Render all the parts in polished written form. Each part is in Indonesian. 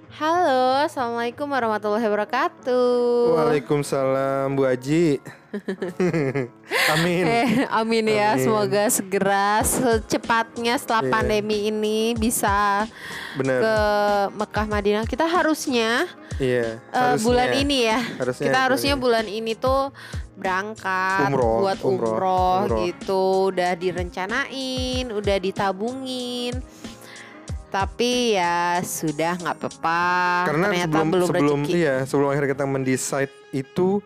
Halo, Assalamualaikum warahmatullahi wabarakatuh. Waalaikumsalam Bu Aji. Amin. Amin ya, Amin. semoga segera secepatnya setelah Iya. pandemi ini bisa Benar. ke Mekah Madinah. Kita harusnya Iya. Harusnya. bulan ini ya. Harusnya Kita bulan harusnya ini. bulan ini tuh berangkat buat umroh gitu. Udah direncanain, udah ditabungin. Tapi ya sudah nggak apa-apa. Karena Ternyata belum rezeki. sebelum akhirnya kita mendecide itu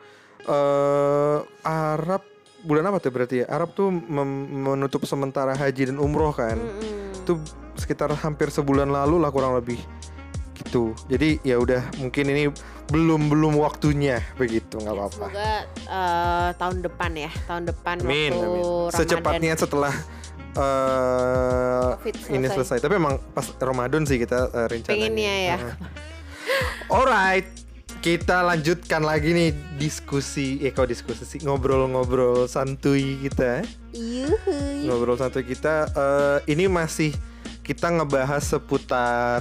Arab bulan apa tuh berarti ya? Arab tuh menutup sementara haji dan umroh kan. Itu sekitar hampir sebulan lalu lah kurang lebih gitu. Jadi ya udah mungkin ini belum waktunya begitu, nggak apa-apa. Semoga tahun depan ya, tahun depan Amin, waktu amin. Ramadan. Secepatnya setelah Covid ini selesai. Tapi emang pas Ramadan sih kita rencananya. Pengennya ya. Alright, kita lanjutkan lagi nih diskusi sih, ngobrol-ngobrol santuy kita. Yuhuy. Ngobrol santuy kita ini masih kita ngebahas seputar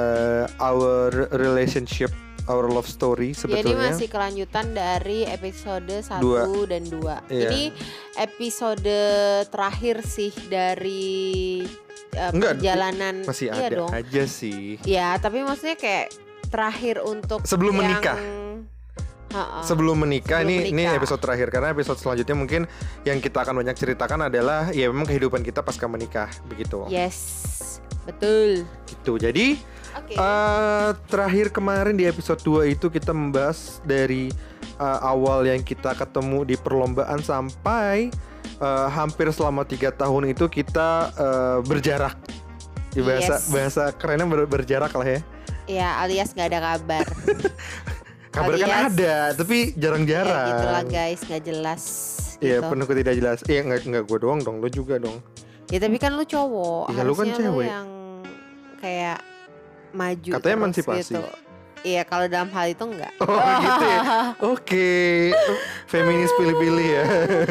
our relationship, our love story Jadi sebetulnya. masih kelanjutan dari episode 1 dan 2. Iya. Ini episode terakhir sih dari Enggak, perjalanan. masih Iya ada dong. aja sih. Ya, tapi maksudnya kayak terakhir untuk Sebelum yang menikah. Ha-ha. Sebelum menikah, Sebelum ini menikah. episode terakhir karena episode selanjutnya mungkin yang kita akan banyak ceritakan adalah ya memang kehidupan kita pasca menikah begitu. Yes, betul. Gitu. Jadi Oke. terakhir kemarin di episode 2 itu kita membahas dari awal yang kita ketemu di perlombaan sampai hampir selama 3 tahun itu kita berjarak. Di Yes. bahasa kerennya berjarak lah ya. Ya, alias nggak ada kabar. Kabar kan Alias- ada, tapi jarang-jarang. Ya gitulah guys, nggak jelas. Iya, Gitu. penuh tidak jelas. Iya, nggak gue doang dong, lo juga dong. Ya tapi kan lu cowok. Iya, lu kan harusnya cewek. yang kayak maju. Katanya terus emansipasi. Gitu. Iya, kalau dalam hal itu enggak. Oh gitu ya. Oke. Feminis pilih-pilih ya.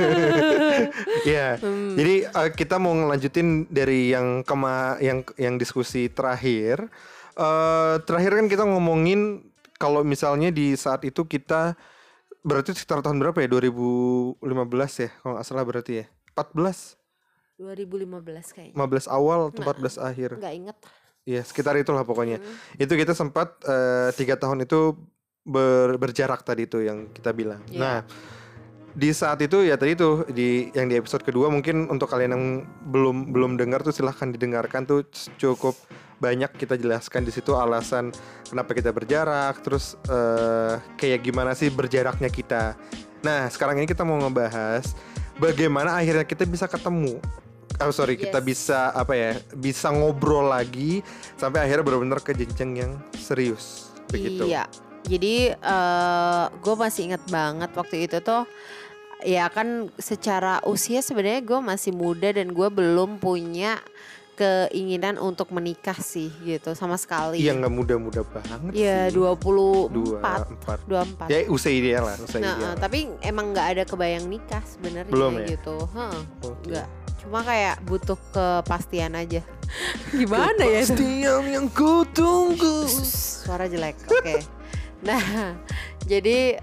Iya. Jadi kita mau ngelanjutin dari yang diskusi terakhir. Terakhir kan kita ngomongin kalau misalnya di saat itu kita berarti sekitar tahun berapa ya? 2015 ya kalau nggak salah berarti ya. 14, 2015 kayaknya. 15 awal atau 14 akhir. Enggak inget. Ya sekitar itulah pokoknya. Itu kita sempat 3 tahun itu berjarak tadi itu yang kita bilang. Iya. Nah di saat itu ya tadi tuh yang di episode kedua mungkin untuk kalian yang belum dengar tuh silahkan didengarkan tuh cukup banyak kita jelaskan di situ alasan kenapa kita berjarak, terus kayak gimana sih berjaraknya kita. Nah sekarang ini kita mau ngebahas bagaimana akhirnya kita bisa ketemu. Kita Yes. bisa ngobrol lagi sampai akhirnya benar-benar ke jenjang yang serius begitu. Iya. Jadi gue masih inget banget waktu itu tuh. Ya kan secara usia sebenarnya gue masih muda dan gue belum punya keinginan untuk menikah sih gitu sama sekali. Iya nggak muda-muda banget Iya, sih. 24. 24. Ya usia ideal lah, usia ideal. Tapi emang nggak ada kebayang nikah sebenarnya Belum ya? gitu. Oke. Nggak. Cuma kayak butuh kepastian aja. Gimana ya? Kepastian yang ku tunggu. Suara jelek. Oke. Nah, jadi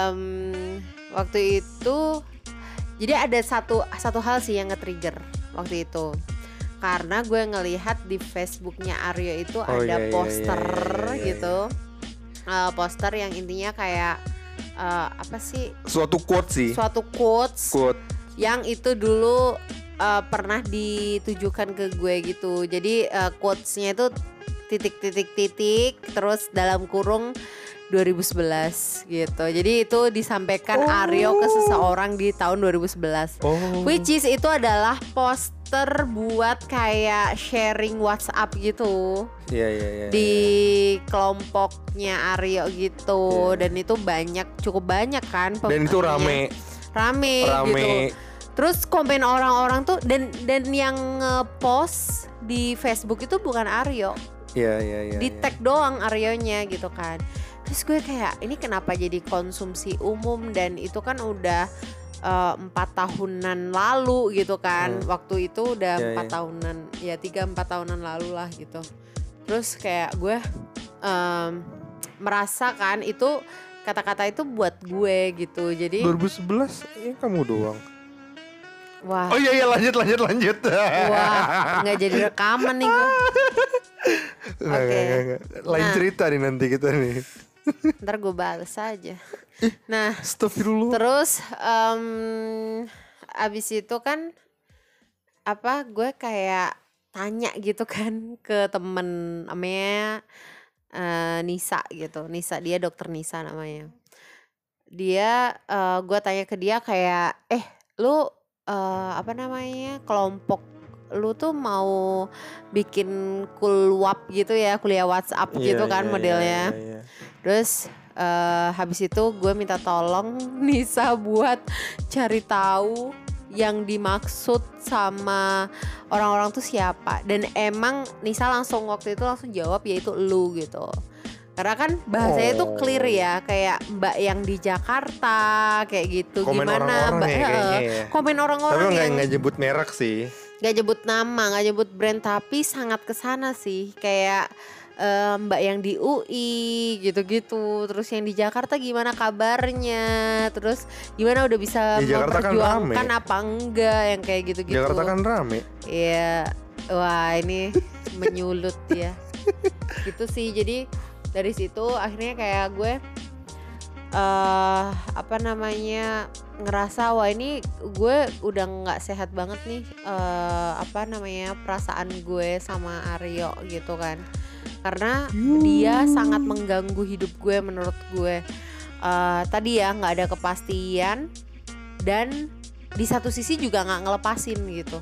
waktu itu jadi ada satu hal sih yang nge-trigger waktu itu. Karena gue ngelihat di Facebooknya Aryo itu ada poster gitu. Poster yang intinya kayak apa sih? Suatu quote sih. Suatu quotes Quote. yang itu dulu pernah ditujukan ke gue gitu. Jadi quotes-nya itu titik terus dalam kurung 2011 gitu. Jadi itu disampaikan Aryo ke seseorang di tahun 2011. Which is itu adalah poster buat kayak sharing WhatsApp gitu. Iya. Di kelompoknya Aryo gitu. Dan itu cukup banyak kan. Dan itu rame Gitu. Terus komen orang-orang tuh dan yang nge-post di Facebook itu bukan Aryo. Iya. Di tag doang Aryonya gitu kan. Terus gue kayak ini kenapa jadi konsumsi umum dan itu kan udah 4 tahunan lalu gitu kan. Waktu itu udah 4 tahunan ya 3-4 tahunan lalu lah gitu. Terus kayak gue merasakan itu kata-kata itu buat gue gitu. Jadi 2011 ya kamu doang. wah. Oh iya lanjut. Wah, nggak jadi rekaman nih gue. Oke. Lain cerita nih nanti kita nih. Ntar gue bales aja. Nah, Astagfirullah. terus abis itu kan gue kayak tanya gitu kan ke temen namanya Nisa gitu. Nisa, dia dokter Nisa namanya. Dia gue tanya ke dia kayak lu kelompok lu tuh mau bikin kulwap gitu ya, kuliah WhatsApp gitu kan modelnya. Iya. Terus habis itu gue minta tolong Nisa buat cari tahu yang dimaksud sama orang-orang tuh siapa. Dan emang Nisa waktu itu langsung jawab yaitu lu gitu. Karena kan bahasanya tuh clear ya, kayak mbak yang di Jakarta kayak gitu. Komen gimana orang-orang ya, kayaknya ya. Komen orang-orang tapi yang nggak nyebut merek sih. Gak nyebut nama, gak nyebut brand, tapi sangat kesana sih. Kayak mbak yang di UI gitu-gitu. Terus yang di Jakarta gimana kabarnya, terus gimana udah bisa memperjuangkan kan apa enggak, yang kayak gitu-gitu. Jakarta kan rame. Iya. Wah ini menyulut ya. Gitu sih. Jadi dari situ akhirnya kayak gue ngerasa wah ini gue udah nggak sehat banget nih perasaan gue sama Aryo gitu kan, karena dia sangat mengganggu hidup gue menurut gue. Tadi ya nggak ada kepastian dan di satu sisi juga nggak ngelepasin gitu.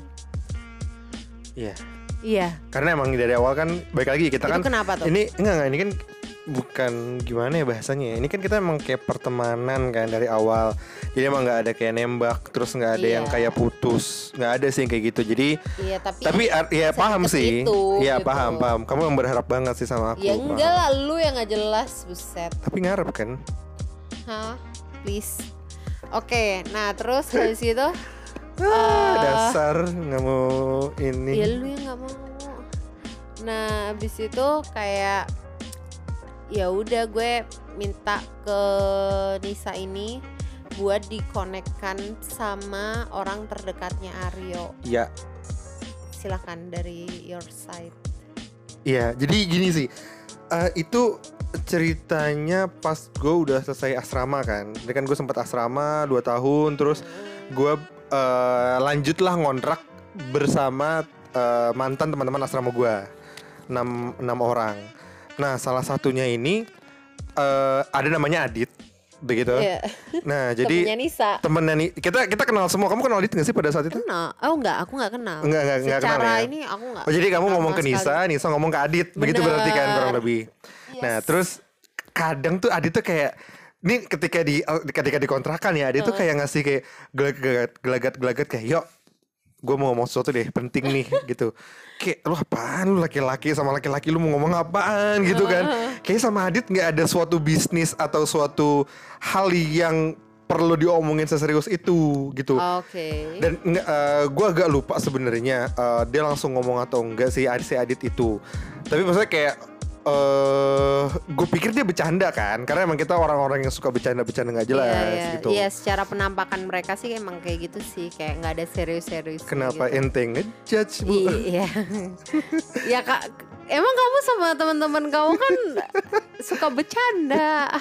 Iya. Karena emang dari awal kan baik lagi kita itu kan. Kenapa tuh? Ini ini kan bukan gimana ya bahasanya. Ini kan kita emang kayak pertemanan kan dari awal. Jadi emang nggak ada kayak nembak, terus nggak ada yang kayak putus, nggak ada sih kayak gitu. Jadi tapi ya paham sih. Iya gitu. paham. Kamu yang berharap banget sih sama aku. Ya enggak lah, lu yang nggak jelas, buset. Tapi ngarep kan? Hah, please. Oke, nah terus habis itu dasar nggak mau ini. Ya lu yang nggak mau. Nah habis itu kayak ya udah gue minta ke Nisa ini buat dikonekkan sama orang terdekatnya Aryo. Iya. Silakan dari your side. Iya, jadi gini sih. Itu ceritanya pas gue udah selesai asrama kan. Jadi kan gue sempat asrama 2 tahun, terus gue lanjutlah ngontrak bersama mantan teman-teman asrama gue 6 orang. Nah salah satunya ini ada namanya Adit begitu. Yeah. Nah jadi temennya Nisa. Temennya nih kita kenal semua. Kamu kenal Adit nggak sih pada saat itu? Kenal. Oh enggak, aku nggak kenal. Enggak kenal ya. Ini aku nggak. Oh jadi kamu ngomong ke Nisa, Nisa ngomong ke Adit. Begitu berarti kan kurang lebih. Yes. Nah terus kadang tuh Adit tuh kayak ini ketika dikontrakan ya, Adit tuh kayak ngasih kayak gelagat kayak yuk gue mau ngomong sesuatu deh penting nih gitu. Kayak lu apaan, lu laki-laki sama laki-laki lu mau ngomong apaan gitu kan. Kayak sama Adit gak ada suatu bisnis atau suatu hal yang perlu diomongin seserius itu gitu. Oke. Dan gue agak lupa sebenarnya dia langsung ngomong atau enggak sih si Adit itu. Tapi maksudnya kayak gue pikir dia bercanda kan, karena emang kita orang-orang yang suka bercanda-bercanda nggak jelas gitu. Iya, secara penampakan mereka sih emang kayak gitu sih, kayak nggak ada serius-serius. Kenapa gitu. Ente ngejudge bu? Iya. Ya kak, emang kamu sama teman-teman kamu kan suka bercanda.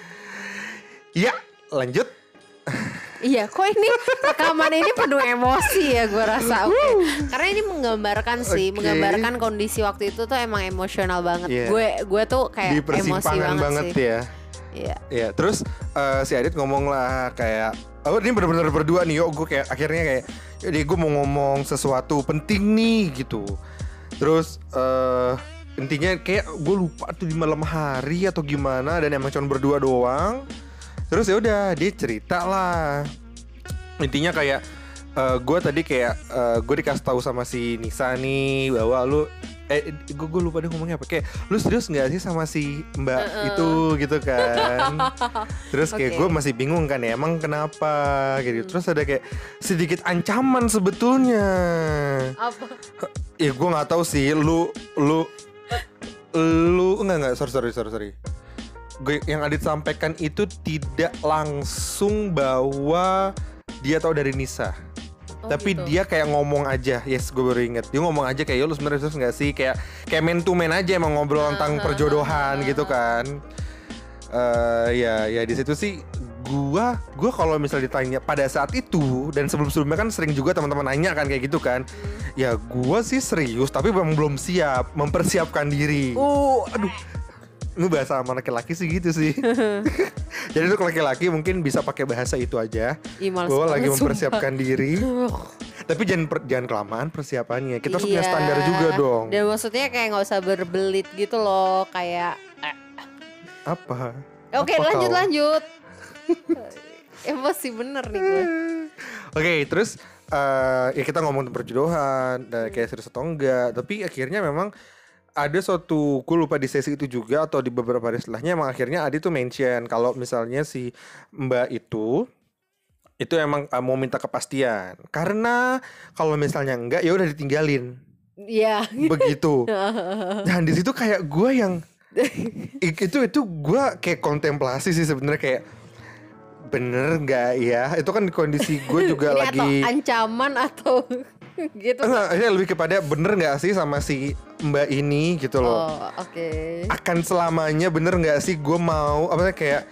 Iya, lanjut. Iya, kok ini rekaman ini penuh emosi ya gue rasa. Karena ini menggambarkan sih, menggambarkan kondisi waktu itu tuh emang emosional banget. Gue tuh kayak emosi banget sih. Ya. Iya. Iya, terus si Adit ngomong lah kayak, oh ini bener-bener berdua nih, gue kayak akhirnya kayak, jadi gue mau ngomong sesuatu penting nih gitu. Terus intinya kayak gue lupa tuh di malam hari atau gimana, dan emang cuma berdua doang. Terus ya udah dia cerita lah. Intinya kayak gue tadi kayak gue dikasih tahu sama si Nisa nih bahwa lu gue lupa dia ngomongnya apa, kayak lu serius nggak sih sama si Mbak itu gitu kan. Terus kayak gue masih bingung kan ya emang kenapa gitu. Terus ada kayak sedikit ancaman sebetulnya. Apa? Ya gue nggak tahu sih lu enggak, sorry. Yang Adit sampaikan itu tidak langsung bahwa dia tahu dari Nisa. Tapi gitu. dia kayak ngomong aja. Yes, gue baru inget. Dia ngomong aja kayak, lu sebenarnya serius gak sih? Kayak man to man aja emang ngobrol tentang perjodohan gitu kan. Ya di situ sih gua kalau misalnya ditanya pada saat itu dan sebelumnya kan sering juga teman-teman nanya kan kayak gitu kan. Ya gua sih serius tapi memang belum siap mempersiapkan diri. Aduh. Lu bahasa sama laki-laki sih gitu sih. Jadi untuk laki-laki mungkin bisa pakai bahasa itu aja. Gue lagi mempersiapkan diri. Tapi jangan kelamaan persiapannya. Kita harus punya standar juga dong. Dan maksudnya kayak nggak usah berbelit gitu loh, kayak apa? Oke, lanjut. Emosi bener nih gue. Oke, terus ya kita ngomong tentang perjodohan, kayak serius atau enggak. Tapi akhirnya memang ada suatu, gue lupa di sesi itu juga atau di beberapa hari setelahnya, emang akhirnya Adi tuh mention kalau misalnya si Mbak itu emang mau minta kepastian. Karena kalau misalnya enggak ya udah ditinggalin. Iya. Begitu. Dan di situ kayak gue yang itu gue kayak kontemplasi sih sebenarnya, kayak bener nggak ya? Itu kan kondisi gue juga ini lagi atau ancaman atau gitu. Enggak, ini lebih kepada bener nggak sih sama si Mbak ini gitu loh. Oke. Akan selamanya bener nggak sih gue mau apa kayak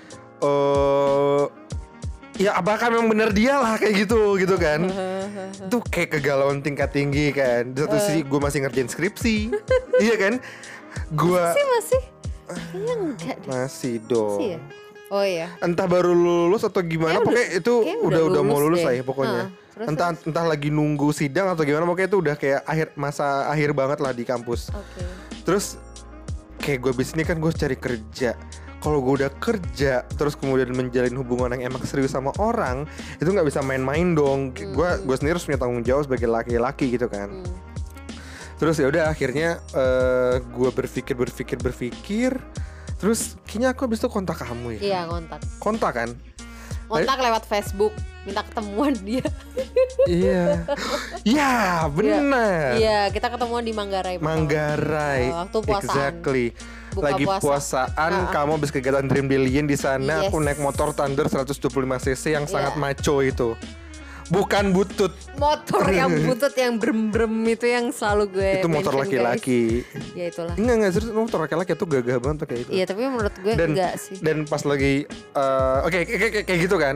ya apakah memang bener dia lah kayak gitu kan. Itu kayak kegalauan tingkat tinggi kan. Di satu sisi gue masih ngerjain skripsi. Iya kan? Gue masih kayaknya enggak deh. Masih dong. Masih ya? Oh iya. Entah baru lulus atau gimana, pokoknya itu udah mau lulus lah ya pokoknya. Entah lagi nunggu sidang atau gimana, pokoknya itu udah kayak masa akhir banget lah di kampus. Terus kayak gue abis ini kan gue cari kerja. Kalau gue udah kerja terus kemudian menjalin hubungan yang emang serius sama orang, itu nggak bisa main-main dong. Gue sendiri harus punya tanggung jawab sebagai laki-laki gitu kan. Terus ya udah akhirnya gue berpikir. Terus kayaknya aku abis itu kontak kamu ya. Iya, kontak kan. Kontak lewat Facebook, minta ketemuan dia. Iya. Ya benar. Iya, kita ketemuan di Manggarai. Waktu puasaan. Exactly. Lagi puasaan, kamu habis kegiatan Dream Billion di sana. Aku naik motor Thunder 125cc yang sangat maco itu. Bukan butut. Motor yang butut yang brem-brem itu yang selalu gue itu motor laki-laki. Ya itulah. Enggak serius, motor laki-laki itu gagah banget tuh kayak itu. Iya, tapi menurut gue enggak sih. Dan pas lagi kayak gitu kan.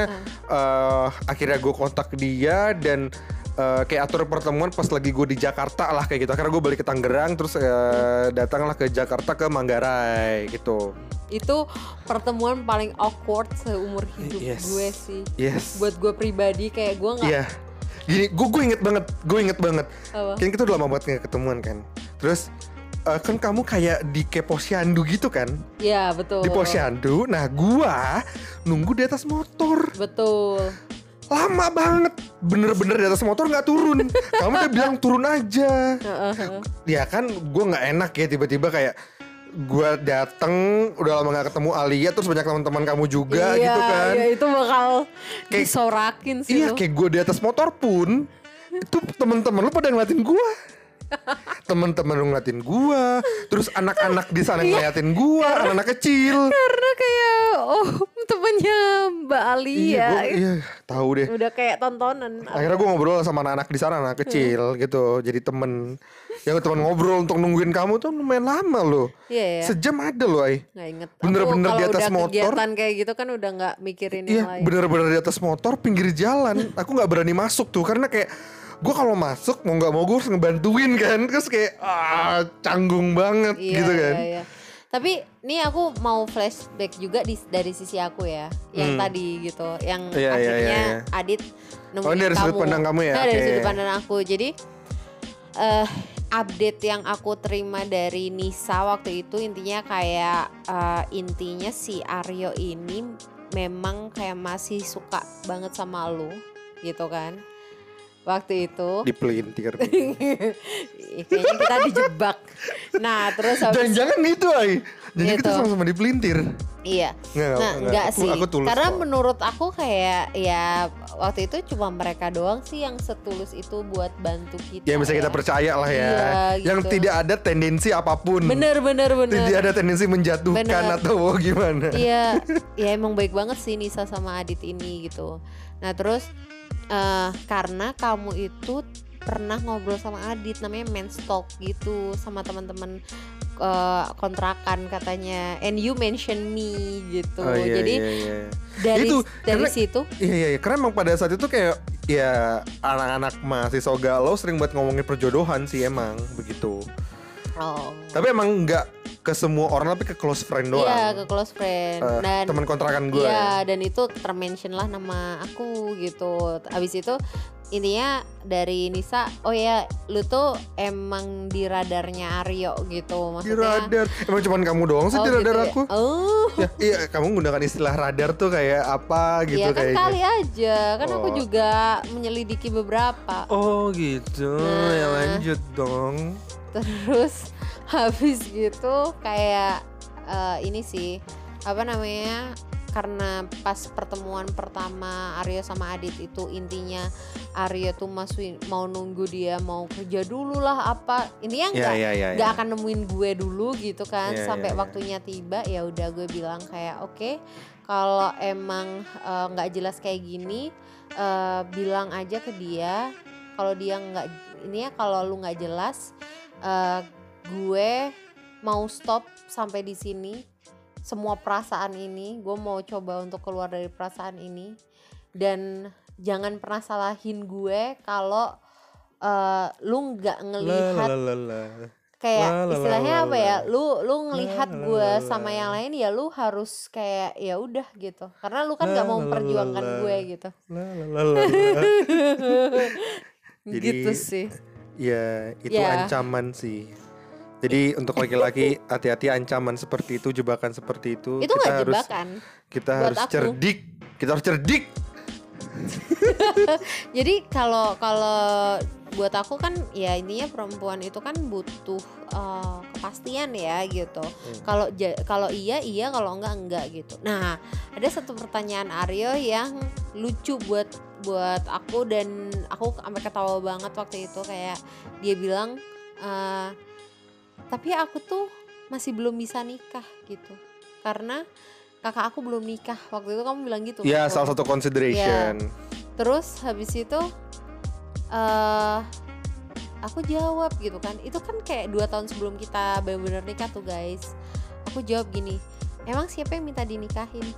Akhirnya gue kontak dia dan kayak atur pertemuan pas lagi gue di Jakarta lah kayak gitu. Akhirnya gue balik ke Tangerang terus datanglah ke Jakarta ke Manggarai gitu. Itu pertemuan paling awkward seumur hidup gue sih. Buat gue pribadi kayak gue nggak. Iya. Gini, gue inget banget. Apa? Kan kita udah lama banget nggak ketemuan kan. Terus kan kamu kayak di posyandu gitu kan? Iya betul. Di posyandu. Nah gue nunggu di atas motor. Betul. Lama banget, bener-bener di atas motor nggak turun. Kamu udah bilang turun aja. Ya kan, gue nggak enak ya tiba-tiba kayak gue dateng udah lama nggak ketemu Alia terus banyak teman-teman kamu juga gitu kan. Iya itu bakal kayak disorakin sih. Iya kayak gue di atas motor pun itu teman-teman lu pada ngeliatin gue. Teman-teman lu ngeliatin gue, terus anak-anak di sana ngeliatin gue, anak-anak kecil. Karena kayak temennya Mbak Alia. Iya, tahu deh. Udah kayak tontonan. Akhirnya gue ngobrol sama anak-anak di sana, anak kecil gitu. Jadi temen ngobrol untuk nungguin kamu tuh lumayan lama loh. Iya. Sejam ada loh, Ay. Nggak inget. Bener-bener di atas udah motor. Kegiatan kayak gitu kan udah nggak mikirin yang lain. Iya, bener-bener di atas motor pinggir jalan. Aku nggak berani masuk tuh karena kayak gue kalau masuk mau nggak mau gue harus ngebantuin kan, terus kayak canggung banget gitu kan. Iya. Tapi nih aku mau flashback juga dari sisi aku ya, yang tadi gitu, yang akhirnya Adit nemuin dari kamu. sudut pandang kamu ya? Nah, dari sudut pandang aku. Jadi update yang aku terima dari Nisa waktu itu intinya kayak intinya si Aryo ini memang kayak masih suka banget sama lu gitu kan. waktu itu. Dipelintir. Kayaknya kita dijebak. Nah terus jangan-jangan itu ay. Jadi gitu. kita sama-sama dipelintir. Iya. Enggak sih. Aku tulus karena kok. menurut aku kayak ya waktu itu cuma mereka doang sih yang setulus itu buat bantu kita. Ya bisa kita percaya lah ya. Iya, Yang gitu. tidak ada tendensi apapun. Bener. Tidak ada tendensi menjatuhkan Bener. atau gimana. Iya, ya emang baik banget sih Nisa sama Adit ini gitu. Nah terus karena kamu itu pernah ngobrol sama Adit namanya men's talk gitu sama teman-teman kontrakan katanya, and you mention me gitu. Oh, iya, Jadi iya. dari Itu, dari karena- situ Iya, karena emang pada saat itu kayak ya anak-anak mahasiswa galau sering buat ngomongin perjodohan sih emang begitu. Tapi emang nggak ke semua orang tapi ke close friend doang. Iya, ke close friend. Dan teman kontrakan gue. iya, dan itu termention lah nama aku gitu. Abis itu intinya dari Nisa, oh ya lu tuh emang di radarnya Aryo gitu. Di Maksudnya radar. Emang cuman kamu doang sih di gitu radar ya? aku. Oh. Ya, iya, kamu menggunakan istilah radar tuh kayak apa gitu Iya kan kayaknya. kali aja, kan aku Oh. juga menyelidiki beberapa. Oh gitu. Nah. Ya lanjut dong. Terus habis gitu kayak ini sih apa namanya, karena pas pertemuan pertama Aryo sama Adit itu intinya Aryo tuh mau nunggu dia mau kerja dulu lah apa, intinya nggak akan nemuin gue dulu gitu kan. Sampai waktunya tiba ya udah gue bilang kayak oke, kalau emang nggak jelas kayak gini bilang aja ke dia. Kalau dia nggak, ini ya kalau lu nggak jelas gue mau stop sampai di sini. Semua perasaan ini gue mau coba untuk keluar dari perasaan ini, dan jangan pernah salahin gue kalau lu nggak ngelihat kayak istilahnya apa ya, lu ngelihat gue sama yang lain ya lu harus kayak ya udah gitu, karena lu kan nggak mau memperjuangkan gue gitu. Gitu sih. Ya itu Ya. ancaman sih. Jadi untuk laki-laki hati-hati ancaman seperti itu, jebakan seperti itu. Itu kita nggak harus jebakan. kita Buat harus aku. cerdik. Kita harus cerdik. Jadi kalau buat aku kan ya intinya perempuan itu kan butuh kepastian ya gitu. Kalau iya, kalau enggak gitu. Nah, ada satu pertanyaan Aryo yang lucu buat aku, dan aku sampai ketawa banget waktu itu. Kayak dia bilang tapi aku tuh masih belum bisa nikah gitu, karena kakak aku belum nikah. Waktu itu kamu bilang gitu. Ya, salah satu consideration. Ya. Terus habis itu aku jawab gitu kan, itu kan kayak 2 tahun sebelum kita benar-benar nikah tuh guys. Aku jawab gini, emang siapa yang minta dinikahin?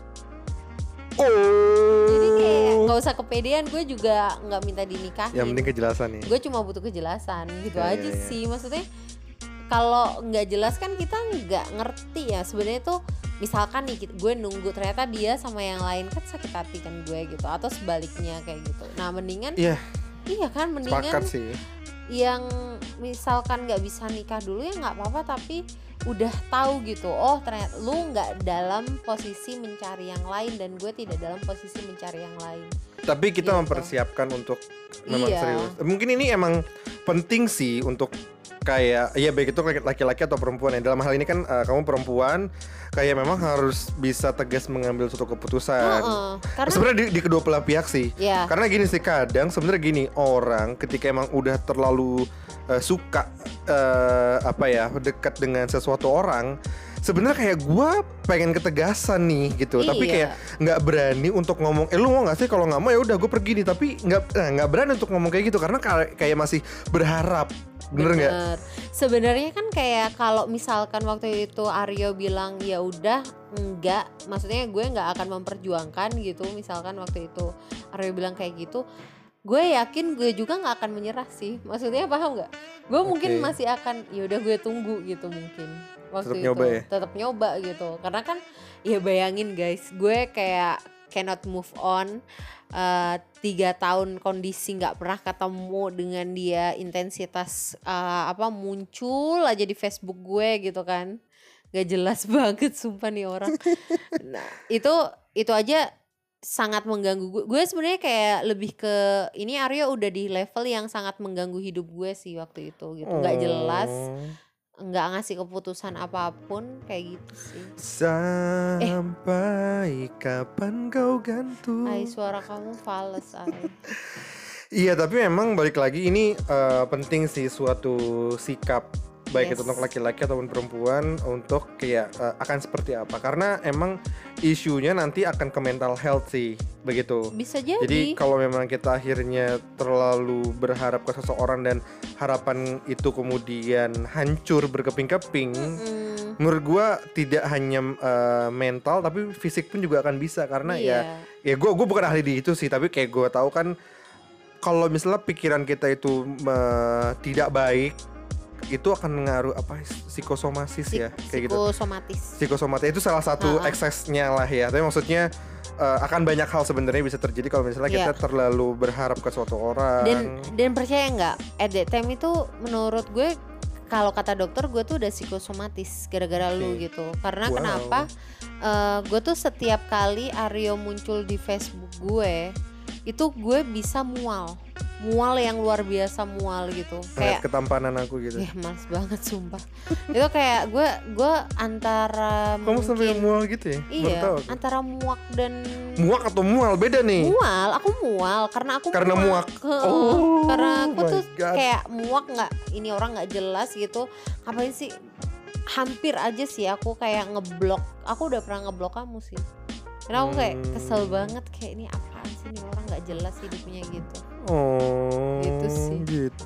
Jadi kayak nggak usah kepedean, gue juga nggak minta dinikahin. Yang penting kejelasan ya. Gue cuma butuh kejelasan gitu Ya, aja ya. sih. Maksudnya kalau nggak jelas kan kita nggak ngerti ya sebenarnya tuh. Misalkan nih gue nunggu ternyata dia sama yang lain, kan sakit hati kan gue gitu, atau sebaliknya kayak gitu. Nah mendingan Iya. Iya kan, mendingan Sepakat sih. yang misalkan nggak bisa nikah dulu ya nggak apa-apa, tapi udah tahu gitu, oh ternyata lu nggak dalam posisi mencari yang lain dan gue tidak dalam posisi mencari yang lain. Tapi kita Gitu. mempersiapkan untuk memang Iya. serius. Mungkin ini emang penting sih untuk kayak ya baik itu laki-laki atau perempuan ya. Dalam hal ini kan kamu perempuan, kayak memang harus bisa tegas mengambil suatu keputusan. Karena Sebenarnya di kedua belah pihak sih. ya Karena gini sih, kadang sebenarnya gini, orang ketika emang udah terlalu suka dekat dengan sesuatu orang, sebenarnya kayak gue pengen ketegasan nih gitu. Tapi Iya. kayak nggak berani untuk ngomong, lu mau nggak sih? Kalau nggak mau ya udah gue pergi nih. Tapi nggak berani untuk ngomong kayak gitu karena kayak masih berharap. Bener nggak? Sebenarnya kan kayak kalau misalkan waktu itu Aryo bilang ya udah enggak, maksudnya gue nggak akan memperjuangkan gitu. Misalkan waktu itu Aryo bilang kayak gitu, gue yakin gue juga nggak akan menyerah sih. Maksudnya paham nggak? Gue mungkin Oke. masih akan ya udah gue tunggu gitu mungkin. Waktu Tetap itu nyoba ya? tetap nyoba gitu. Karena kan ya bayangin guys, gue kayak cannot move on. 3 tahun kondisi nggak pernah ketemu dengan dia, intensitas muncul aja di Facebook gue gitu kan, gak jelas banget sumpah nih orang. Nah itu aja sangat mengganggu gue. Gue sebenarnya kayak lebih ke ini Aryo udah di level yang sangat mengganggu hidup gue sih waktu itu gitu. Nggak jelas, nggak ngasih keputusan apapun kayak gitu sih. Sampai kapan kau gantung? Ay, suara kamu fals, Ay. Iya, tapi memang balik lagi ini penting sih suatu sikap baik itu untuk laki-laki ataupun perempuan untuk kayak akan seperti apa, karena emang isunya nanti akan ke mental health sih, begitu. Bisa jadi. Jadi kalau memang kita akhirnya terlalu berharap ke seseorang dan harapan itu kemudian hancur berkeping-keping, menurut gua tidak hanya mental tapi fisik pun juga akan bisa, karena ya gua bukan ahli di itu sih, tapi kayak gua tahu kan kalau misalnya pikiran kita itu tidak baik, itu akan ngaruh apa psikosomatis ya kayak gitu. Psikosomatis itu salah satu eksesnya lah ya. Tapi maksudnya akan banyak hal sebenarnya bisa terjadi kalau misalnya kita terlalu berharap ke suatu orang. Dan percaya nggak, at that time itu menurut gue kalau kata dokter gue tuh udah psikosomatis gara-gara lu gitu. Karena kenapa? Gue tuh setiap kali Aryo muncul di Facebook gue itu gue bisa mual yang luar biasa mual gitu, kayak ketampanan aku gitu. Males banget sumpah. Itu kayak gue antara kamu mungkin, sampai mual gitu ya? Iya, antara muak dan atau mual beda nih. Aku mual karena muak. Karena aku tuh kayak muak, nggak, ini orang nggak jelas gitu. Ngapain sih? Hampir aja sih aku kayak ngeblok. Aku udah pernah ngeblok kamu sih. Karena aku kayak kesel banget, kayak ini apaan sih, ini orang nggak jelas hidupnya gitu. Gitu sih.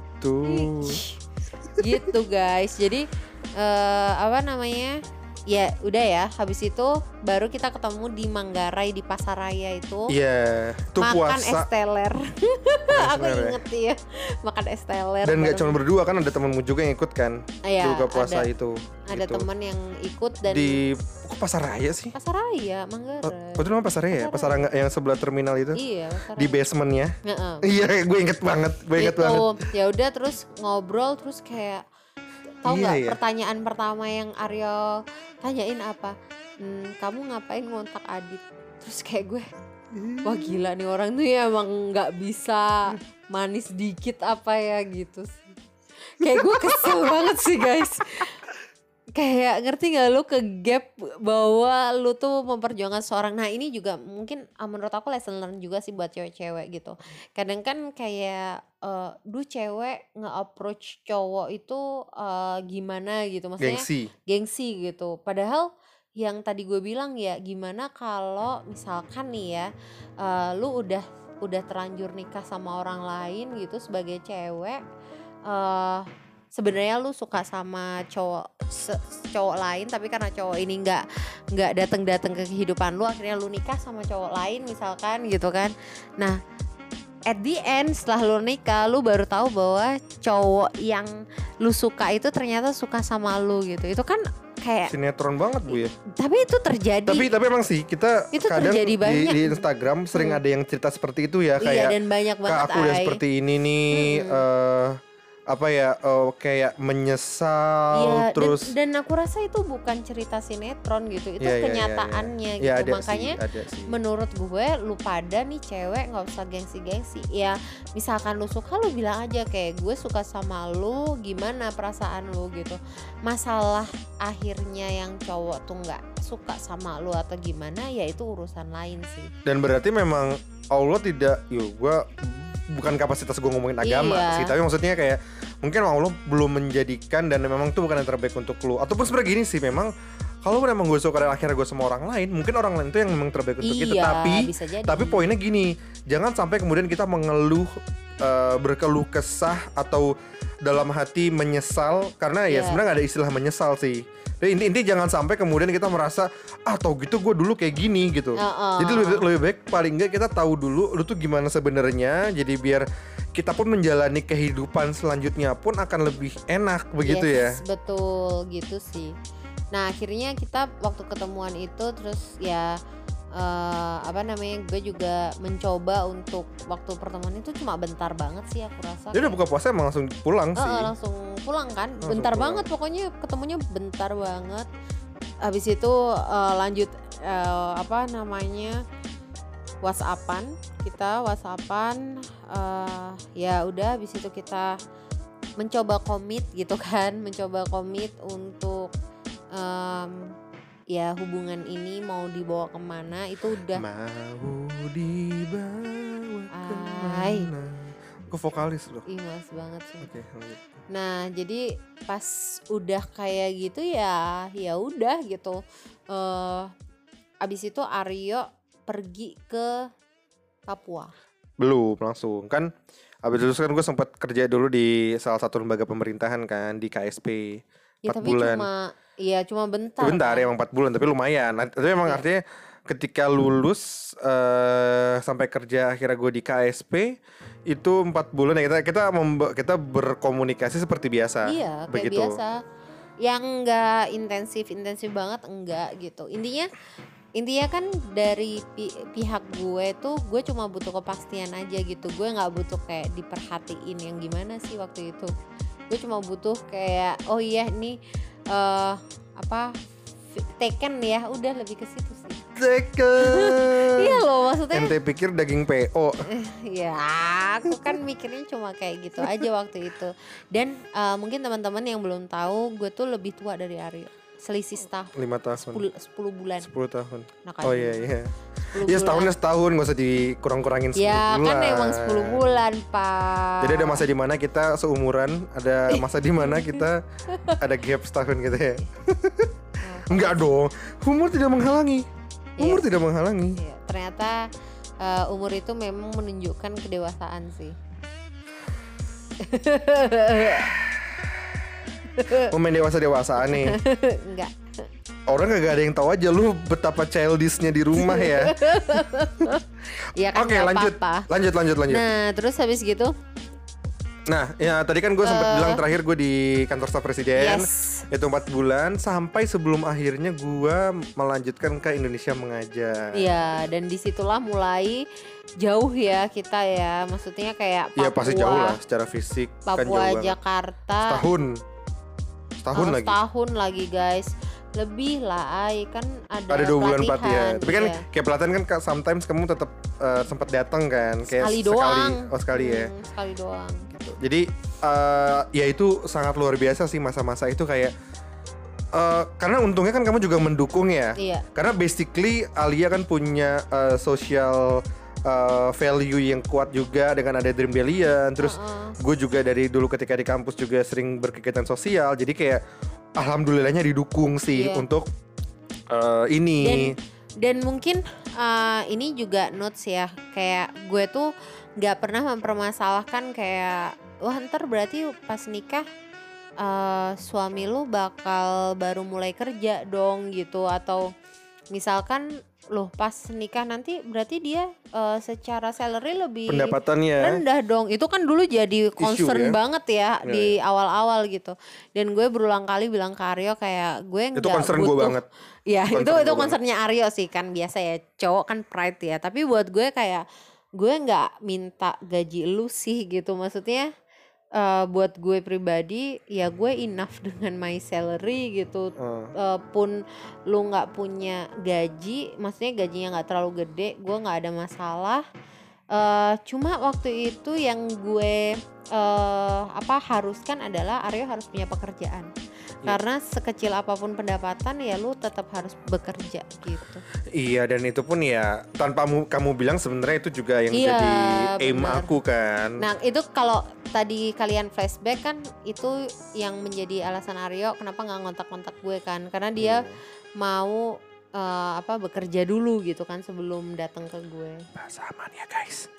Gitu guys. Jadi apa namanya? Ya udah ya, habis itu baru kita ketemu di Manggarai di Pasaraya itu. Iya, itu makan puasa. Es teler. Aku inget ya, makan es teler. Dan nggak cuma berdua kan, ada temanmu juga yang ikut kan? Iya, juga puasa itu. Ada teman yang ikut dan di Pasaraya sih. Pasaraya, Manggarai. Itu namanya Pasaraya ya? Pasaraya yang sebelah terminal itu? Iya, Pasaraya. Di basementnya. Iya, gue inget banget. Ya udah, terus ngobrol, terus kayak tahu nggak pertanyaan pertama yang Aryo tanyain apa? Kamu ngapain ngontak Adit? Terus kayak gue, wah gila nih orang tuh ya, emang nggak bisa manis dikit apa ya gitu sih. Kayak gue kesel banget sih guys. Kayak ngerti gak lu ke gap bahwa lu tuh memperjuangkan seorang. Nah ini juga mungkin menurut aku lesson learn juga sih buat cewek-cewek gitu. Kadang kan kayak cewek nge-approach cowok itu gimana gitu, maksudnya gengsi gitu. Padahal yang tadi gue bilang ya, gimana kalau misalkan nih ya lu udah terlanjur nikah sama orang lain gitu sebagai cewek, sebenarnya lu suka sama cowok lain, tapi karena cowok ini nggak datang ke kehidupan lu, akhirnya lu nikah sama cowok lain misalkan gitu kan. Nah at the end setelah lu nikah, lu baru tahu bahwa cowok yang lu suka itu ternyata suka sama lu gitu. Itu kan kayak sinetron banget Bu ya. Tapi itu terjadi. Tapi emang sih kita itu kadang di Instagram sering ada yang cerita seperti itu ya, kayak dan banyak banget. Aku udah seperti ini nih. Kayak menyesal terus. Dan aku rasa itu bukan cerita sinetron gitu, itu kenyataannya gitu. Makanya menurut gue lu pada nih cewek nggak usah gengsi-gengsi. Ya misalkan lu suka, lu bilang aja kayak gue suka sama lu, gimana perasaan lu gitu. Masalah akhirnya yang cowok tuh nggak suka sama lu atau gimana, ya itu urusan lain sih. Dan berarti memang Allah tidak, gue bukan kapasitas gue ngomongin agama sih, tapi maksudnya kayak mungkin Allah belum menjadikan dan memang itu bukan yang terbaik untuk lu. Ataupun sebenarnya gini sih, memang kalau memang gue suka dan akhirnya gue sama orang lain, mungkin orang lain itu yang memang terbaik untuk kita. Tapi poinnya gini, jangan sampai kemudian kita mengeluh, berkeluh kesah atau dalam hati menyesal, karena ya sebenarnya gak ada istilah menyesal sih. Jadi inti jangan sampai kemudian kita merasa tau gitu gue dulu kayak gini gitu. Jadi lebih baik paling enggak kita tahu dulu lu tuh gimana sebenarnya. Jadi biar kita pun menjalani kehidupan selanjutnya pun akan lebih enak begitu ya. Betul gitu sih. Nah akhirnya kita waktu ketemuan itu terus ya gue juga mencoba untuk waktu pertemuan itu cuma bentar banget sih aku rasa. Dia udah buka puasa emang langsung pulang sih. Langsung pulang kan, bentar banget pokoknya, ketemunya bentar banget. Habis itu lanjut WhatsAppan ya udah habis itu kita mencoba komit gitu kan, mencoba komit untuk ya hubungan ini mau dibawa kemana itu udah mau dibawa kemana. Gue vokalis loh. Ih males banget sih. Oke, lanjut. Nah jadi pas udah kayak gitu ya udah gitu. Abis itu Aryo pergi ke Papua. Belum langsung kan. Abis itu kan gue sempat kerja dulu di salah satu lembaga pemerintahan kan, di KSP 4 Ya tapi bulan. cuma bentar. Bentar kan? emang 4 bulan tapi lumayan. Tapi emang artinya ketika lulus sampai kerja akhirnya gue di KSP itu 4 bulan ya kita berkomunikasi seperti biasa. Iya kayak begitu. biasa. Yang enggak intensif banget enggak gitu. Intinya kan dari pihak gue tuh gue cuma butuh kepastian aja gitu. Gue nggak butuh kayak diperhatiin yang gimana sih waktu itu. Gue cuma butuh kayak oh iya ini Taken ya, udah lebih ke situ sih. Taken. Iya loh maksudnya. Ente pikir daging PO. Ya aku kan mikirnya cuma kayak gitu aja waktu itu. Dan mungkin teman-teman yang belum tahu gue tuh lebih tua dari Aryo. Selisih setahun. 5 tahun. 10 bulan. 10 tahun. Nah, Oh iya. 10 Ya bulan. setahun gak usah dikurang-kurangin 10 Ya bulan. kan emang 10 bulan Pak. Jadi ada masa di mana kita seumuran, ada masa di mana kita ada gap setahun gitu ya. Enggak dong, umur tidak menghalangi. Umur tidak menghalangi. Iya, ternyata umur itu memang menunjukkan kedewasaan sih. Momen dewasa-dewasaan nih. Enggak. Orang gak ada yang tahu aja lu betapa childishnya di rumah ya. Ya kan Oke, lanjut. apa-apa. Lanjut. Nah terus habis gitu Nah, ya tadi kan gue sempat bilang terakhir gue di kantor staf presiden. yes. Itu 4 bulan sampai sebelum akhirnya gue melanjutkan ke Indonesia mengajar. Iya dan disitulah mulai jauh ya kita ya. Maksudnya kayak Papua. Iya pasti jauh lah secara fisik kan jauh Papua banget. Jakarta. Setahun lagi guys. Lebih lah kan ada 2 bulan 4 ya. Tapi kan iya. kayak pelatihan kan sometimes kamu tetap sempat datang kan kayak Sekali doang. Sekali ya. Sekali doang. Gitu. Jadi ya itu sangat luar biasa sih masa-masa itu kayak karena untungnya kan kamu juga mendukung ya. Iya. Karena basically Alia kan punya social value yang kuat juga dengan ada Dream Billion. Terus gue juga dari dulu ketika di kampus juga sering berkegiatan sosial. Jadi kayak alhamdulillahnya didukung sih untuk ini. Dan mungkin ini juga notes ya. Kayak gue tuh gak pernah mempermasalahkan kayak wah ntar berarti pas nikah suami lu bakal baru mulai kerja dong gitu. Atau misalkan loh pas nikah nanti berarti dia secara salary lebih pendapatannya rendah dong. Itu kan dulu jadi concern ya? banget ya di awal-awal gitu. Dan gue berulang kali bilang ke Aryo kayak gue nggak butuh. Itu concern gue banget. Ya itu concernnya Aryo sih kan biasa ya cowok kan pride ya. Tapi buat gue kayak gue nggak minta gaji lu sih gitu. Maksudnya buat gue pribadi ya gue enough dengan my salary gitu. Pun lu nggak punya gaji, maksudnya gajinya nggak terlalu gede, gue nggak ada masalah. Cuma waktu itu yang gue haruskan adalah Aryo harus punya pekerjaan. Karena sekecil apapun pendapatan ya lu tetap harus bekerja gitu. Iya dan itu pun ya tanpa kamu bilang sebenarnya itu juga yang jadi aim aku kan. Nah itu kalau tadi kalian flashback kan itu yang menjadi alasan Aryo kenapa nggak ngontak-ngontak gue kan. Karena dia mau bekerja dulu gitu kan sebelum datang ke gue. Bahasa aman ya guys.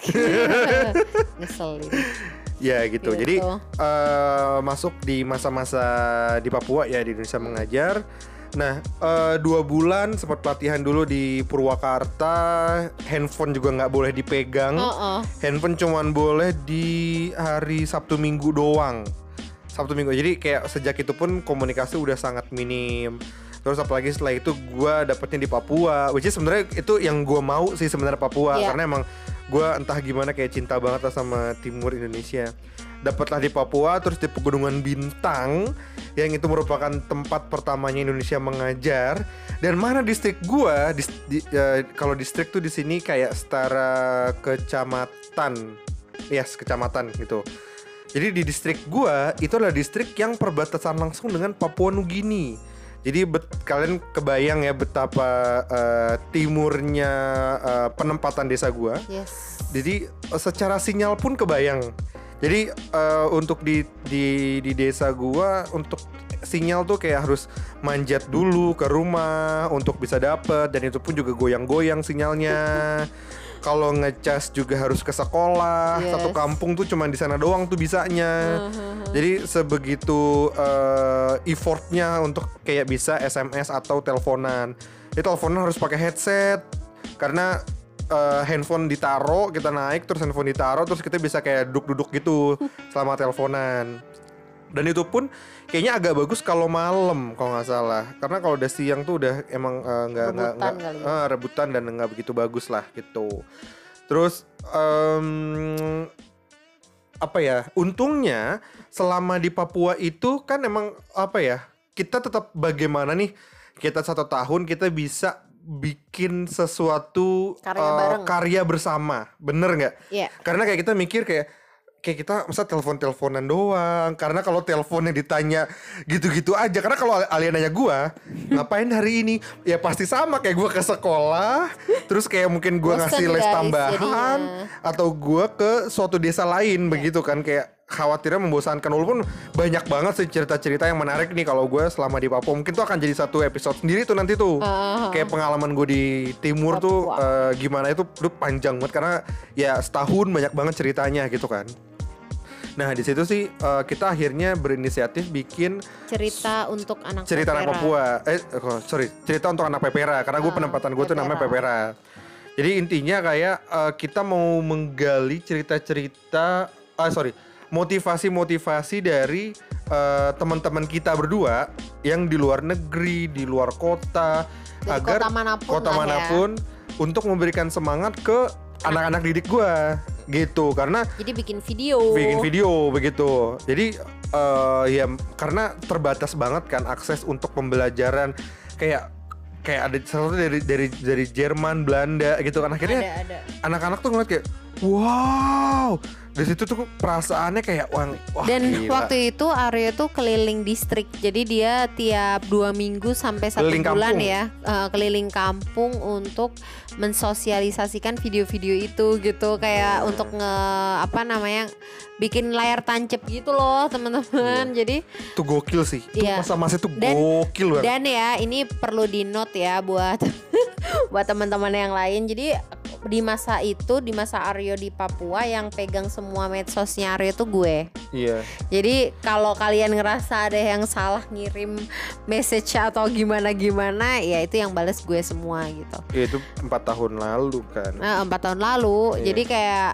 Ngeselin. Ya gitu. Jadi masuk di masa-masa di Papua ya di Indonesia mengajar. Nah 2 bulan sempat pelatihan dulu di Purwakarta. Handphone juga nggak boleh dipegang. Handphone cuman boleh di hari Sabtu Minggu doang. Sabtu Minggu. Jadi kayak sejak itu pun komunikasi udah sangat minim. Terus apalagi setelah itu gue dapetnya di Papua, which is sebenarnya itu yang gue mau sih sebenarnya Papua, karena emang gue entah gimana kayak cinta banget lah sama timur Indonesia. Dapatlah di Papua, terus di Pegunungan Bintang, yang itu merupakan tempat pertamanya Indonesia mengajar. Dan mana distrik gua kalau distrik tuh di sini kayak setara kecamatan. Yes, kecamatan gitu. Jadi di distrik gua itu adalah distrik yang perbatasan langsung dengan Papua Nugini. Jadi kalian kebayang ya betapa timurnya penempatan desa gua. Yes. Jadi secara sinyal pun kebayang. Jadi untuk di desa gua untuk sinyal tuh kayak harus manjat dulu ke rumah untuk bisa dapet, dan itu pun juga goyang-goyang sinyalnya. Kalau ngecas juga harus ke sekolah. Yes. Satu kampung tuh cuma di sana doang tuh bisanya. Jadi sebegitu effortnya untuk kayak bisa SMS atau teleponan. Itu teleponan harus pakai headset karena handphone ditaro, kita naik terus handphone ditaro terus kita bisa kayak duduk-duduk gitu selama teleponan. Dan itu pun kayaknya agak bagus kalau malam kalau nggak salah, karena kalau udah siang tuh udah emang nggak rebutan dan nggak begitu bagus lah gitu. Terus apa ya, untungnya selama di Papua itu kan emang apa ya, kita tetap bagaimana nih, kita 1 tahun kita bisa bikin sesuatu karya bersama, bener nggak? Yeah. Karena kayak kita mikir kayak kita masa telepon-teleponan doang. Karena kalau teleponnya ditanya gitu-gitu aja. Karena kalau Alia nanya gue ngapain hari ini, ya pasti sama kayak gue ke sekolah. Terus kayak mungkin gue ngasih les tambahan jadinya. Atau gue ke suatu desa lain begitu kan. Kayak khawatirnya membosankan. Walaupun banyak banget sih cerita-cerita yang menarik nih kalau gue selama di Papua. Mungkin tuh akan jadi satu episode sendiri tuh nanti tuh. Kayak pengalaman gue di timur tuh gimana itu panjang banget. Karena ya setahun banyak banget ceritanya gitu kan. Nah di situ sih kita akhirnya berinisiatif bikin cerita untuk anak Papua. Cerita untuk anak Pepera. Karena gue penempatan gue tuh namanya Pepera. Jadi intinya kayak kita mau menggali cerita-cerita, motivasi-motivasi dari teman-teman kita berdua yang di luar negeri, di luar kota, dari agar kota manapun untuk memberikan semangat ke anak-anak didik gue gitu. Karena jadi bikin video begitu. Jadi ya karena terbatas banget kan akses untuk pembelajaran, kayak ada sesuatu dari Jerman, Belanda gitu kan. Akhirnya ada. Anak-anak tuh ngeliat kayak wow, di situ tuh perasaannya kayak wah dan gila. Waktu itu Aryo tuh keliling distrik, jadi dia tiap 2 minggu sampai 1 keliling bulan kampung. Ya keliling kampung untuk mensosialisasikan video-video itu gitu, kayak untuk bikin layar tancap gitu loh teman-teman. Jadi itu gokil sih, itu masa-masa itu gokil banget. Dan ya ini perlu di note ya buat buat teman-teman yang lain. Jadi di masa Aryo di Papua yang pegang semua medsosnya Aryo tuh gue. Iya. Jadi kalau kalian ngerasa ada yang salah ngirim message atau gimana ya itu yang bales gue semua gitu. Ya, itu 4 tahun lalu kan. 4 tahun lalu. Iya. Jadi kayak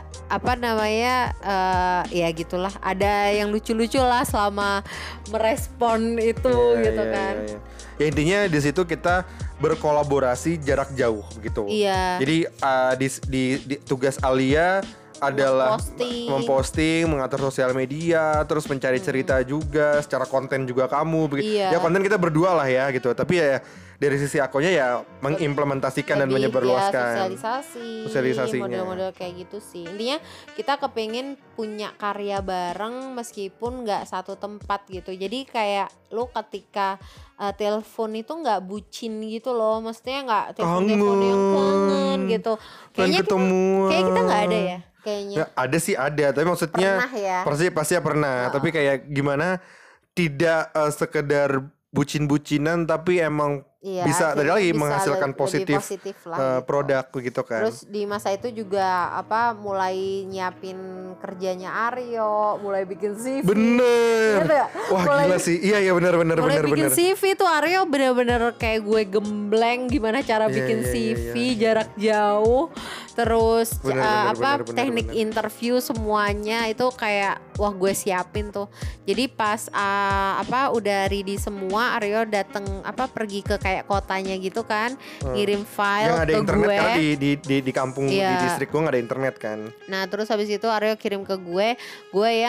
ya gitulah. Ada yang lucu-lucu lah selama merespon itu gitu kan. Iya. Ya intinya di situ kita berkolaborasi jarak jauh begitu. Iya. Jadi di tugas Alia adalah memposting, mengatur sosial media, terus mencari cerita juga, secara konten juga kamu begitu. Iya. Ya konten kita berdua lah ya gitu. Tapi ya dari sisi akunya ya mengimplementasikan dan menyebarluaskan. Sosialisasinya. Model-model kayak gitu sih. Intinya kita kepengen punya karya bareng meskipun nggak satu tempat gitu. Jadi kayak lo ketika telepon itu nggak bucin gitu loh, maksudnya nggak telepon yang kangen gitu. Kayaknya kayak kita nggak ada ya. Kayaknya. Ya, ada, tapi maksudnya pasti pernah. Tapi kayak gimana tidak sekedar bucin-bucinan, tapi emang bisa tadi lagi menghasilkan positif lah, gitu. Produk gitu kan. Terus di masa itu juga mulai nyiapin kerjanya Aryo, mulai bikin CV. Bener. Wah gila sih. Iya bener. Mulai bikin CV tuh Aryo bener-bener kayak gue gembleng gimana cara bikin CV jarak jauh. Terus teknik interview semuanya itu kayak wah gue siapin tuh. Jadi pas udah ready semua, Aryo dateng pergi ke kayak kotanya gitu kan, ngirim file yang ada ke internet gue. Karena di kampung di distrik gue nggak ada internet kan. Nah terus habis itu Aryo kirim ke gue yang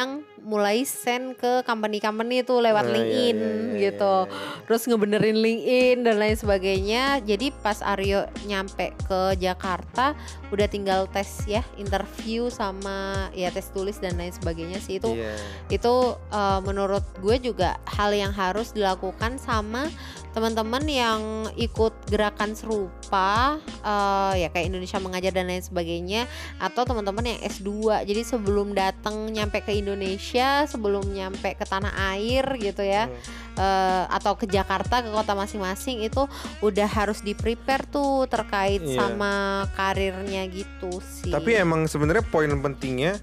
mulai send ke company-company itu lewat LinkedIn gitu. Terus ngebenerin LinkedIn dan lain sebagainya. Jadi pas Aryo nyampe ke Jakarta udah tinggal tes ya, interview sama ya tes tulis dan lain sebagainya sih itu. Itu menurut gue juga hal yang harus dilakukan sama teman-teman yang ikut gerakan serupa ya kayak Indonesia Mengajar dan lain sebagainya, atau teman-teman yang S2. Jadi sebelum datang nyampe ke Indonesia, sebelum nyampe ke tanah air gitu ya, atau ke Jakarta, ke kota masing-masing, itu udah harus di-prepare tuh terkait sama karirnya gitu sih. Tapi emang sebenarnya poin pentingnya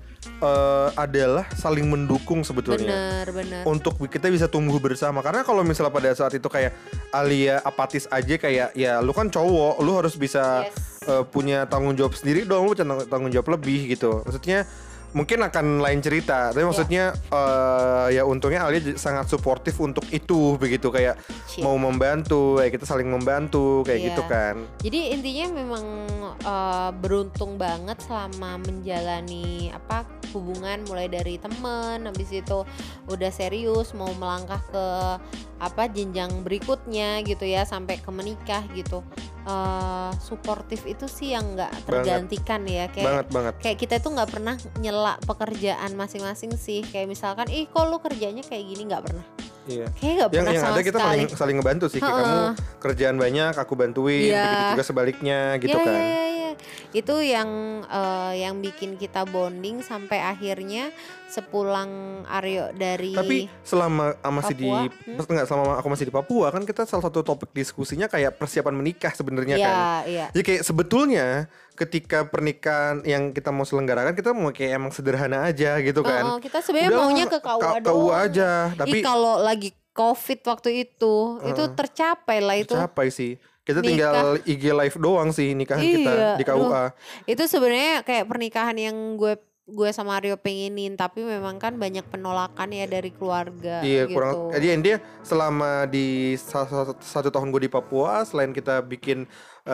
adalah saling mendukung sebetulnya. Bener. Untuk kita bisa tumbuh bersama. Karena kalau misalnya pada saat itu kayak Alia apatis aja, kayak ya lu kan cowok, lu harus bisa punya tanggung jawab sendiri dong, lu punya tanggung jawab lebih gitu. Maksudnya mungkin akan lain cerita, tapi maksudnya ya untungnya Alia sangat suportif untuk itu begitu, kayak mau membantu, kayak kita saling membantu kayak gitu kan. Jadi intinya memang beruntung banget selama menjalani hubungan mulai dari temen, habis itu udah serius mau melangkah ke jenjang berikutnya gitu ya, sampai ke menikah gitu. Suportif itu sih yang nggak tergantikan ya, kayak banget. Kayak kita tuh nggak pernah nyela pekerjaan masing-masing sih, kayak misalkan kok lu kerjanya kayak gini, nggak pernah. Kayak nggak pernah yang sama ada kita sekali. saling ngebantu sih, kayak kamu kerjaan banyak aku bantuin, begitu juga sebaliknya gitu kan. Itu yang bikin kita bonding sampai akhirnya sepulang Aryo dari. Tapi selama selama aku masih di Papua kan, kita salah satu topik diskusinya kayak persiapan menikah sebenarnya kan. Jadi kayak sebetulnya ketika pernikahan yang kita mau selenggarakan, kita mau kayak emang sederhana aja gitu kan. Kita sebenarnya maunya ke KUA doang aja. Tapi kalau lagi COVID waktu itu tercapai lah itu. Tercapai sih. Kita tinggal IG live doang sih nikahan kita di KUA. Itu sebenarnya kayak pernikahan yang gue sama Aryo pengenin, tapi memang kan banyak penolakan ya dari keluarga. Kurang. Jadi dia selama di 1 tahun gue di Papua, selain kita bikin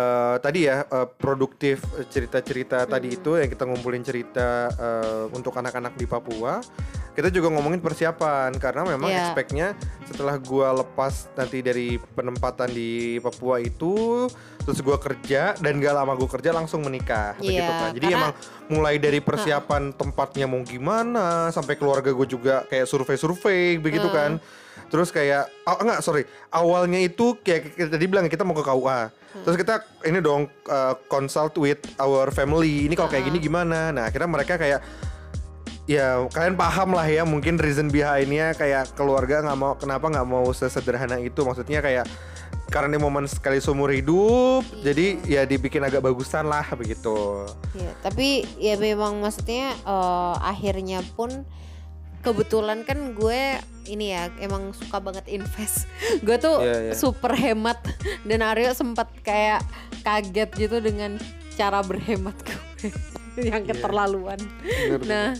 produktif cerita-cerita tadi itu yang kita ngumpulin cerita untuk anak-anak di Papua, kita juga ngomongin persiapan, karena memang expect-nya setelah gue lepas nanti dari penempatan di Papua itu, terus gue kerja dan gak lama gue kerja langsung menikah begitu kan. Jadi emang mulai dari persiapan tempatnya mau gimana, sampai keluarga gue juga kayak survei begitu kan. Terus kayak awalnya itu kayak kita tadi bilang kita mau ke KUA. Terus kita ini dong consult with our family. Ini kalau kayak gini gimana? Nah, akhirnya mereka kayak ya kalian paham lah ya, mungkin reason behind-nya kayak keluarga kenapa nggak mau sesederhana itu. Maksudnya kayak karena ini momen sekali seumur hidup, jadi ya dibikin agak bagusan lah begitu. Tapi ya memang maksudnya akhirnya pun kebetulan kan gue ini ya emang suka banget invest. Gue tuh super hemat, dan Aryo sempat kayak kaget gitu dengan cara berhemat gue yang keterlaluan. Nah,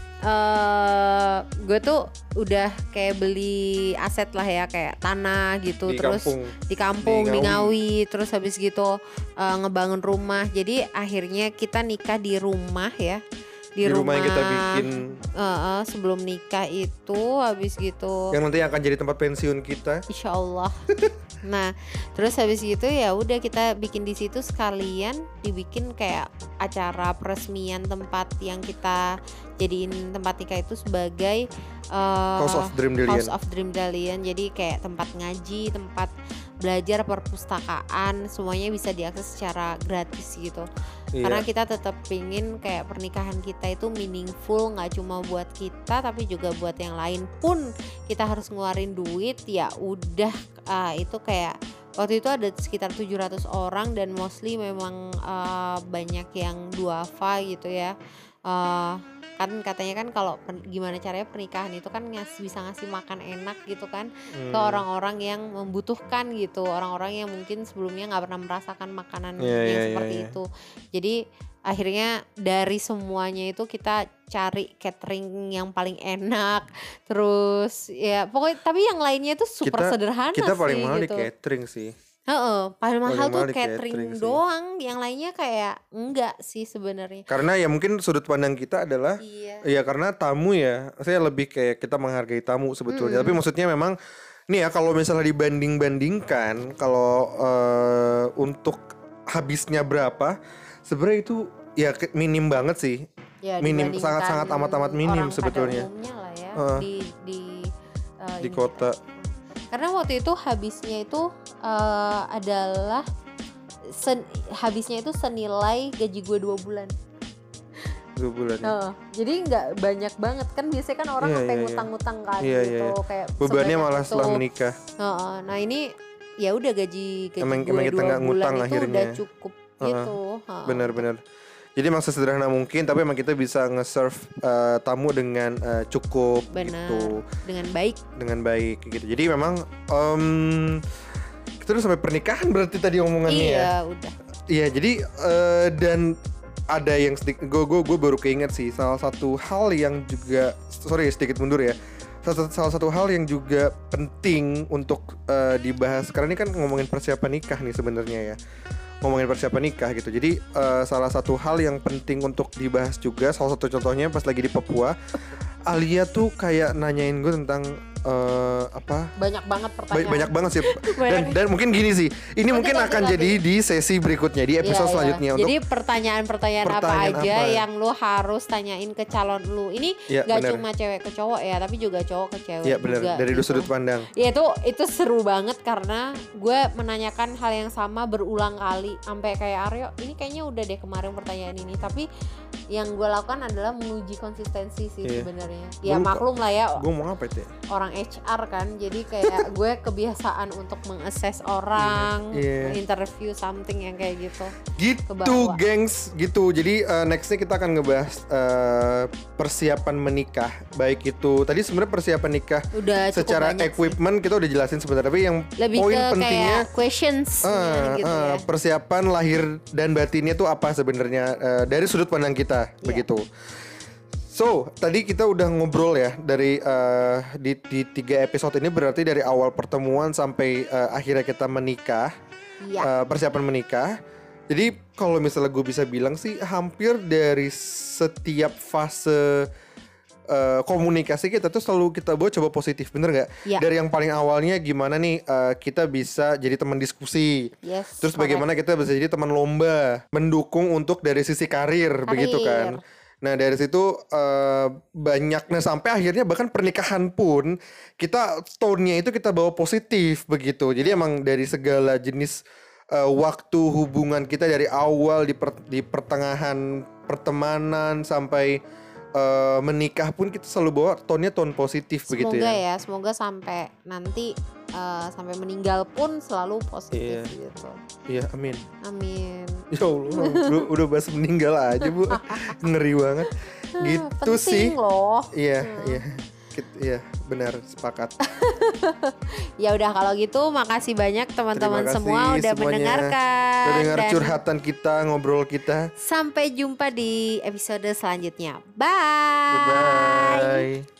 gue tuh udah kayak beli aset lah ya, kayak tanah gitu, di kampung di Ngawi, terus habis gitu ngebangun rumah. Jadi akhirnya kita nikah di rumah ya. Di rumah yang kita bikin sebelum nikah itu, habis gitu yang nanti akan jadi tempat pensiun kita, insyaallah. Nah, terus habis gitu ya udah kita bikin di situ, sekalian dibikin kayak acara peresmian tempat yang kita jadiin tempat nikah itu sebagai House of Dream Dalian. Jadi kayak tempat ngaji, tempat belajar, perpustakaan, semuanya bisa diakses secara gratis gitu. Karena kita tetap pingin kayak pernikahan kita itu meaningful, nggak cuma buat kita tapi juga buat yang lain. Pun kita harus ngeluarin duit, ya udah itu kayak waktu itu ada sekitar 700 orang, dan mostly memang banyak yang duafa gitu ya. Kan katanya kan kalau gimana caranya pernikahan itu kan bisa ngasih makan enak gitu kan ke orang-orang yang membutuhkan gitu, orang-orang yang mungkin sebelumnya nggak pernah merasakan makanan yang seperti itu. Jadi akhirnya dari semuanya itu kita cari catering yang paling enak, terus ya pokoknya, tapi yang lainnya itu super sederhana kita paling sih mahal gitu. di catering sih. paling mahal tuh di catering sih. doang, yang lainnya kayak enggak sih sebenarnya. Karena ya mungkin sudut pandang kita adalah ya karena tamu ya, saya lebih kayak kita menghargai tamu sebetulnya. Tapi maksudnya memang nih ya kalau misalnya dibanding-bandingkan kalau untuk habisnya berapa, sebenarnya itu ya minim banget sih. Ya, Minim, dibandingkan sangat amat minim orang pada sebetulnya umumnya lah ya, di ini kota. Karena waktu itu habisnya itu adalah habisnya itu senilai gaji gue 2 bulan. 2 bulan. Jadi nggak banyak banget kan, biasanya kan orang sampai ngutang-ngutang kan gitu, kayak bebannya malah itu. Setelah menikah. Nah ini ya udah gaji gue kita 2 bulan itu akhirnya. udah cukup gitu. Benar-benar. Jadi emang sesederhana mungkin, tapi emang kita bisa nge-serve tamu dengan cukup. Bener, gitu. Dengan baik gitu. Jadi memang kita udah sampai pernikahan berarti tadi omongannya. Iya, udah. Iya, jadi dan ada yang sedikit gue baru keinget sih, salah satu hal yang juga sedikit mundur ya. Salah satu hal yang juga penting untuk dibahas, karena ini kan ngomongin persiapan nikah nih sebenarnya ya. Ngomongin persiapan nikah gitu. Jadi salah satu hal yang penting untuk dibahas juga, salah satu contohnya pas lagi di Papua, Alia tuh kayak nanyain gue tentang banyak banget pertanyaan. Banyak banget sih. dan mungkin gini sih. Ini mungkin akan jadi di sesi berikutnya, di episode selanjutnya. Jadi pertanyaan-pertanyaan apa aja yang lu harus tanyain ke calon lu. Ini gak cuma cewek ke cowok ya, tapi juga cowok ke cewek. Iya benar, dari dua sudut pandang. Ya itu seru banget karena gue menanyakan hal yang sama berulang kali sampai kayak Aryo, ini kayaknya udah deh kemarin pertanyaan ini, tapi yang gue lakukan adalah menguji konsistensi sih sebenarnya. Ya maklum lah ya. Gue mau apa itu? Orang HR kan, jadi kayak gue kebiasaan untuk mengakses orang, interview something yang kayak gitu. Gitu gengs, gitu. Jadi nextnya kita akan ngebahas persiapan menikah. Baik itu tadi sebenarnya persiapan nikah udah secara equipment sih. Kita udah jelasin sebenarnya, tapi yang lebih poin ke pentingnya kayak questions gitu ya. Persiapan lahir dan batinnya tuh apa sebenarnya dari sudut pandang kita begitu. So, tadi kita udah ngobrol ya dari di 3 episode ini, berarti dari awal pertemuan sampai akhirnya kita menikah, persiapan menikah. Jadi kalau misalnya gue bisa bilang sih, hampir dari setiap fase komunikasi kita tuh selalu kita coba positif, bener nggak? Dari yang paling awalnya gimana nih kita bisa jadi teman diskusi, terus bagaimana kita bisa jadi teman lomba, mendukung untuk dari sisi karir. Begitu kan? Nah dari situ banyaknya sampai akhirnya bahkan pernikahan pun kita tone-nya itu kita bawa positif begitu. Jadi emang dari segala jenis waktu hubungan kita dari awal di pertengahan pertemanan sampai menikah pun kita selalu bawa tone-nya tone positif. Semoga begitu ya. Semoga sampai nanti sampai meninggal pun selalu positif gitu. Iya, amin. Ya Allah, udah bahas meninggal aja Bu. Ngeri banget. Gitu penting sih. Loh. Iya, benar, sepakat. Ya udah kalau gitu, makasih banyak teman-teman semua udah mendengarkan. Udah dengar curhatan kita, ngobrol kita. Sampai jumpa di episode selanjutnya. Bye. Bye.